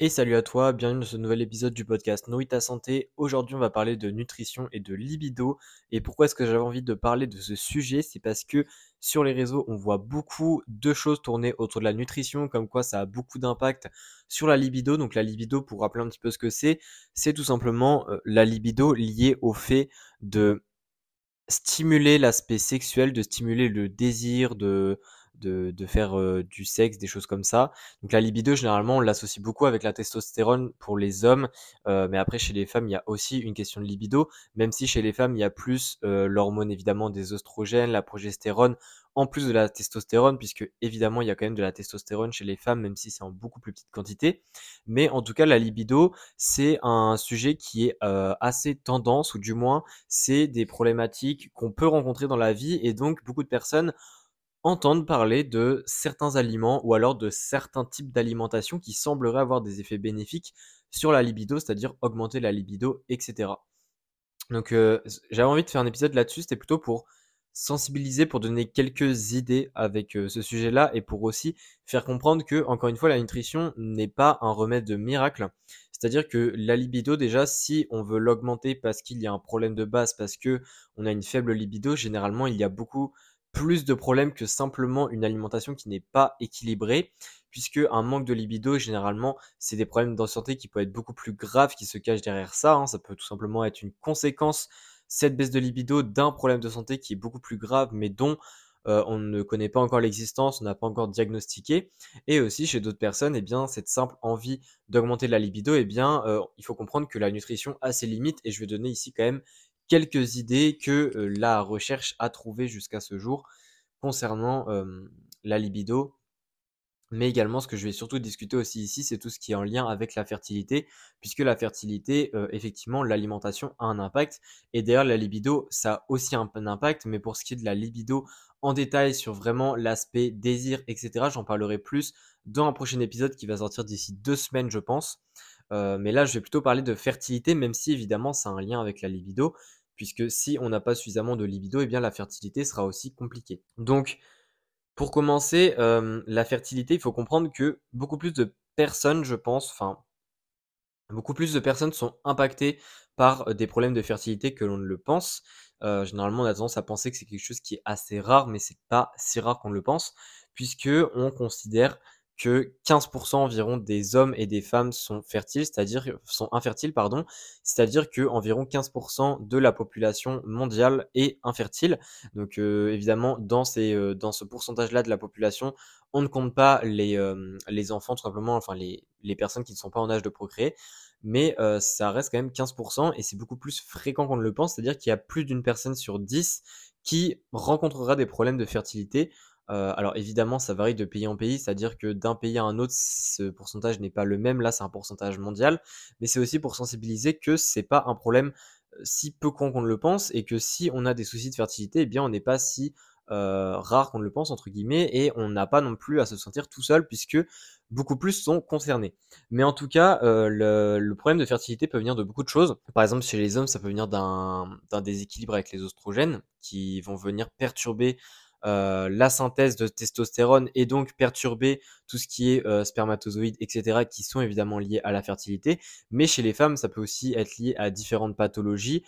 Et salut à toi, bienvenue dans ce nouvel épisode du podcast Nourris ta santé. Aujourd'hui, on va parler de nutrition et de libido. Et pourquoi est-ce que j'avais envie de parler de ce sujet? C'est parce que sur les réseaux, on voit beaucoup de choses tourner autour de la nutrition, comme quoi ça a beaucoup d'impact sur la libido. Donc la libido, pour rappeler un petit peu ce que c'est tout simplement la libido liée au fait de stimuler l'aspect sexuel, de stimuler le désir, de faire du sexe, des choses comme ça. Donc la libido, généralement, on l'associe beaucoup avec la testostérone pour les hommes, mais après chez les femmes, il y a aussi une question de libido, même si chez les femmes, il y a plus l'hormone évidemment des oestrogènes, la progestérone, en plus de la testostérone, puisque évidemment, il y a quand même de la testostérone chez les femmes, même si c'est en beaucoup plus petite quantité. Mais en tout cas, la libido, c'est un sujet qui est assez tendance, ou du moins c'est des problématiques qu'on peut rencontrer dans la vie et donc beaucoup de personnes entendent parler de certains aliments ou alors de certains types d'alimentation qui sembleraient avoir des effets bénéfiques sur la libido, c'est-à-dire augmenter la libido, etc. Donc j'avais envie de faire un épisode là-dessus, c'était plutôt pour sensibiliser, pour donner quelques idées avec ce sujet-là et pour aussi faire comprendre que, encore une fois, la nutrition n'est pas un remède de miracle. C'est-à-dire que la libido, déjà, si on veut l'augmenter parce qu'il y a un problème de base, parce que on a une faible libido, généralement, il y a beaucoup plus de problèmes que simplement une alimentation qui n'est pas équilibrée, puisque un manque de libido, généralement, c'est des problèmes de santé qui peuvent être beaucoup plus graves, qui se cachent derrière ça, hein. Ça peut tout simplement être une conséquence, cette baisse de libido, d'un problème de santé qui est beaucoup plus grave, mais dont on ne connaît pas encore l'existence, on n'a pas encore diagnostiqué. Et aussi chez d'autres personnes, eh bien, cette simple envie d'augmenter la libido, eh bien, il faut comprendre que la nutrition a ses limites. Et je vais donner ici quand même quelques idées que la recherche a trouvées jusqu'à ce jour concernant la libido, mais également, ce que je vais surtout discuter aussi ici, c'est tout ce qui est en lien avec la fertilité, puisque la fertilité, effectivement, l'alimentation a un impact. Et d'ailleurs, la libido, ça a aussi un impact, mais pour ce qui est de la libido en détail sur vraiment l'aspect désir, etc., j'en parlerai plus dans un prochain épisode qui va sortir d'ici 2 semaines, je pense. Mais là, je vais plutôt parler de fertilité, même si évidemment, ça a un lien avec la libido, puisque si on n'a pas suffisamment de libido, eh bien la fertilité sera aussi compliquée. Donc, pour commencer, la fertilité, il faut comprendre que beaucoup plus de personnes, je pense, enfin, beaucoup plus de personnes sont impactées par des problèmes de fertilité que l'on ne le pense. Généralement, on a tendance à penser que c'est quelque chose qui est assez rare, mais c'est pas si rare qu'on le pense, puisque on considère que 15% environ des hommes et des femmes sont fertiles, c'est-à-dire sont infertiles, pardon, c'est-à-dire que environ 15% de la population mondiale est infertile. Donc évidemment, dans ce pourcentage-là de la population, on ne compte pas les enfants, tout simplement, enfin les personnes qui ne sont pas en âge de procréer, mais ça reste quand même 15% et c'est beaucoup plus fréquent qu'on ne le pense, c'est-à-dire qu'il y a plus d'une personne sur 10 qui rencontrera des problèmes de fertilité. Alors évidemment, ça varie de pays en pays, c'est-à-dire que d'un pays à un autre, ce pourcentage n'est pas le même. Là, c'est un pourcentage mondial, mais c'est aussi pour sensibiliser que c'est pas un problème si peu con qu'on ne le pense et que si on a des soucis de fertilité, eh bien on n'est pas si rare qu'on ne le pense entre guillemets et on n'a pas non plus à se sentir tout seul puisque beaucoup plus sont concernés. Mais en tout cas, le problème de fertilité peut venir de beaucoup de choses. Par exemple, chez les hommes, ça peut venir d'un déséquilibre avec les oestrogènes qui vont venir perturber la synthèse de testostérone et donc perturber tout ce qui est spermatozoïdes, etc., qui sont évidemment liés à la fertilité. Mais chez les femmes, ça peut aussi être lié à différentes pathologies,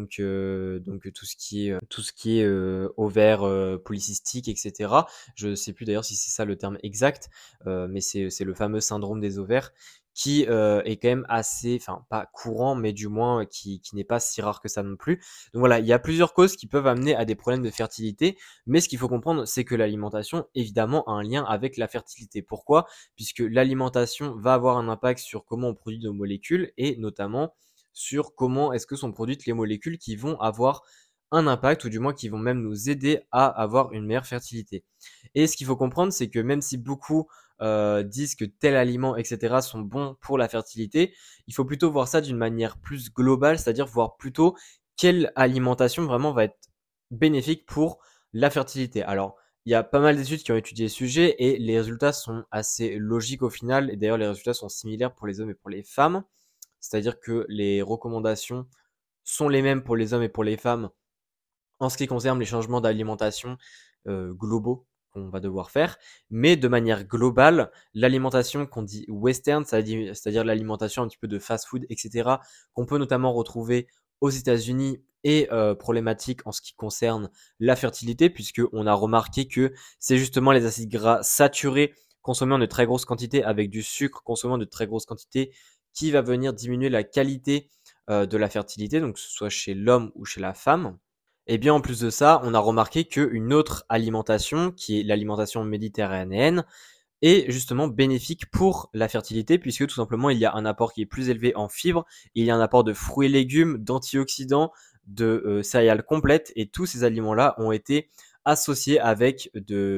donc tout ce qui est ovaire polycystique, etc. Je sais plus d'ailleurs si c'est ça le terme exact, mais c'est le fameux syndrome des ovaires qui est quand même assez, enfin pas courant, mais du moins qui n'est pas si rare que ça non plus. Donc voilà, il y a plusieurs causes qui peuvent amener à des problèmes de fertilité, mais ce qu'il faut comprendre, c'est que l'alimentation, évidemment, a un lien avec la fertilité. Pourquoi? Puisque l'alimentation va avoir un impact sur comment on produit nos molécules et notamment sur comment est-ce que sont produites les molécules qui vont avoir un impact ou du moins qui vont même nous aider à avoir une meilleure fertilité. Et ce qu'il faut comprendre, c'est que même si beaucoup disent que tel aliment, etc., sont bons pour la fertilité, il faut plutôt voir ça d'une manière plus globale, c'est-à-dire voir plutôt quelle alimentation vraiment va être bénéfique pour la fertilité. Alors, il y a pas mal d'études qui ont étudié le sujet et les résultats sont assez logiques au final. Et d'ailleurs, les résultats sont similaires pour les hommes et pour les femmes. C'est-à-dire que les recommandations sont les mêmes pour les hommes et pour les femmes en ce qui concerne les changements d'alimentation globaux. qu'on va devoir faire. Mais de manière globale, l'alimentation qu'on dit western, c'est-à-dire l'alimentation un petit peu de fast-food, etc., qu'on peut notamment retrouver aux États-Unis est problématique en ce qui concerne la fertilité, puisqu'on a remarqué que c'est justement les acides gras saturés consommés en de très grosses quantités avec du sucre consommé en de très grosses quantités qui va venir diminuer la qualité de la fertilité, donc que ce soit chez l'homme ou chez la femme. Et bien en plus de ça, on a remarqué qu'une autre alimentation, qui est l'alimentation méditerranéenne, est justement bénéfique pour la fertilité, puisque tout simplement il y a un apport qui est plus élevé en fibres, il y a un apport de fruits et légumes, d'antioxydants, de céréales complètes, et tous ces aliments-là ont été associés avec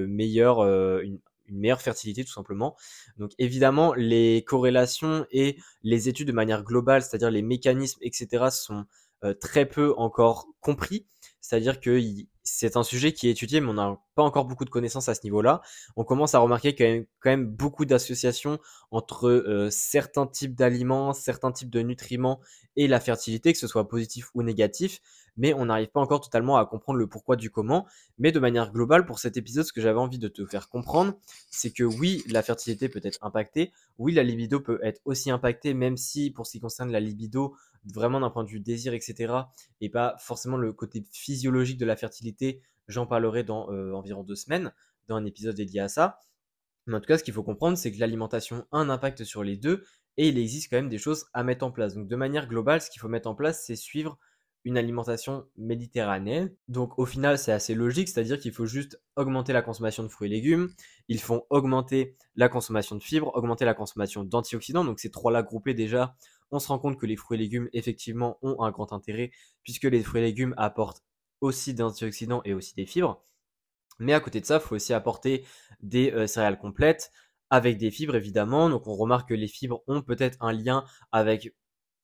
une meilleure fertilité tout simplement. Donc évidemment, les corrélations et les études de manière globale, c'est-à-dire les mécanismes, etc., sont très peu encore compris. C'est-à-dire que c'est un sujet qui est étudié, mais on n'a pas encore beaucoup de connaissances à ce niveau-là. On commence à remarquer quand même beaucoup d'associations entre certains types d'aliments, certains types de nutriments et la fertilité, que ce soit positif ou négatif, mais on n'arrive pas encore totalement à comprendre le pourquoi du comment. Mais de manière globale, pour cet épisode, ce que j'avais envie de te faire comprendre, c'est que oui, la fertilité peut être impactée, oui, la libido peut être aussi impactée, même si pour ce qui concerne la libido, vraiment d'un point de vue désir, etc., et pas forcément le côté physiologique de la fertilité, j'en parlerai dans environ 2 semaines, dans un épisode dédié à ça. Mais en tout cas, ce qu'il faut comprendre, c'est que l'alimentation a un impact sur les deux et il existe quand même des choses à mettre en place. Donc, de manière globale, ce qu'il faut mettre en place, c'est suivre une alimentation méditerranéenne. Donc, au final, c'est assez logique, c'est-à-dire qu'il faut juste augmenter la consommation de fruits et légumes. Ils font augmenter la consommation de fibres, augmenter la consommation d'antioxydants. Donc, ces trois-là groupés déjà, on se rend compte que les fruits et légumes, effectivement, ont un grand intérêt puisque les fruits et légumes apportent aussi d'antioxydants et aussi des fibres. Mais à côté de ça, il faut aussi apporter des céréales complètes avec des fibres évidemment. Donc on remarque que les fibres ont peut-être un lien avec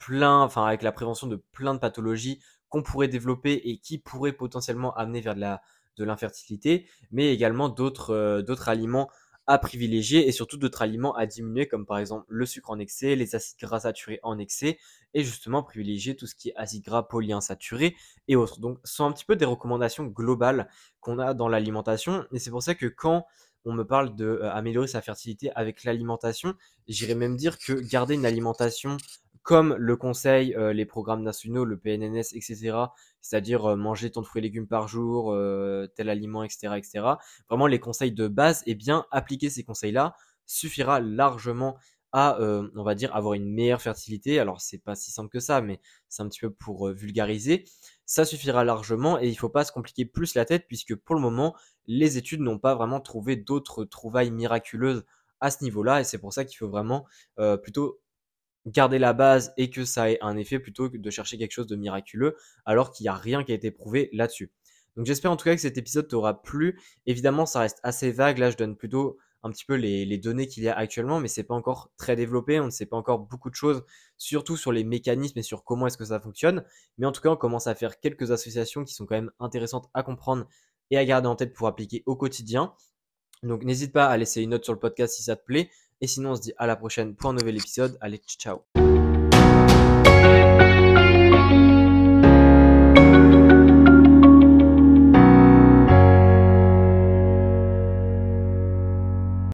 avec la prévention de plein de pathologies qu'on pourrait développer et qui pourraient potentiellement amener vers de l'infertilité, mais également d'autres aliments à privilégier et surtout d'autres aliments à diminuer comme par exemple le sucre en excès, les acides gras saturés en excès et justement privilégier tout ce qui est acides gras polyinsaturés et autres. Donc ce sont un petit peu des recommandations globales qu'on a dans l'alimentation. Et c'est pour ça que quand on me parle de améliorer sa fertilité avec l'alimentation, j'irais même dire que garder une alimentation comme le conseil les programmes nationaux, le PNNS, etc., c'est-à-dire manger tant de fruits et légumes par jour, tel aliment, etc., etc., vraiment les conseils de base, et bien appliquer ces conseils-là suffira largement à, on va dire, avoir une meilleure fertilité. Alors, c'est pas si simple que ça, mais c'est un petit peu pour vulgariser. Ça suffira largement et il ne faut pas se compliquer plus la tête puisque pour le moment, les études n'ont pas vraiment trouvé d'autres trouvailles miraculeuses à ce niveau-là et c'est pour ça qu'il faut vraiment plutôt garder la base et que ça ait un effet plutôt que de chercher quelque chose de miraculeux alors qu'il n'y a rien qui a été prouvé là-dessus. Donc j'espère en tout cas que cet épisode t'aura plu. Évidemment, ça reste assez vague. Là, je donne plutôt un petit peu les données qu'il y a actuellement, mais c'est pas encore très développé. On ne sait pas encore beaucoup de choses, surtout sur les mécanismes et sur comment est-ce que ça fonctionne. Mais en tout cas, on commence à faire quelques associations qui sont quand même intéressantes à comprendre et à garder en tête pour appliquer au quotidien. Donc n'hésite pas à laisser une note sur le podcast si ça te plaît. Et sinon, on se dit à la prochaine pour un nouvel épisode. Allez, ciao.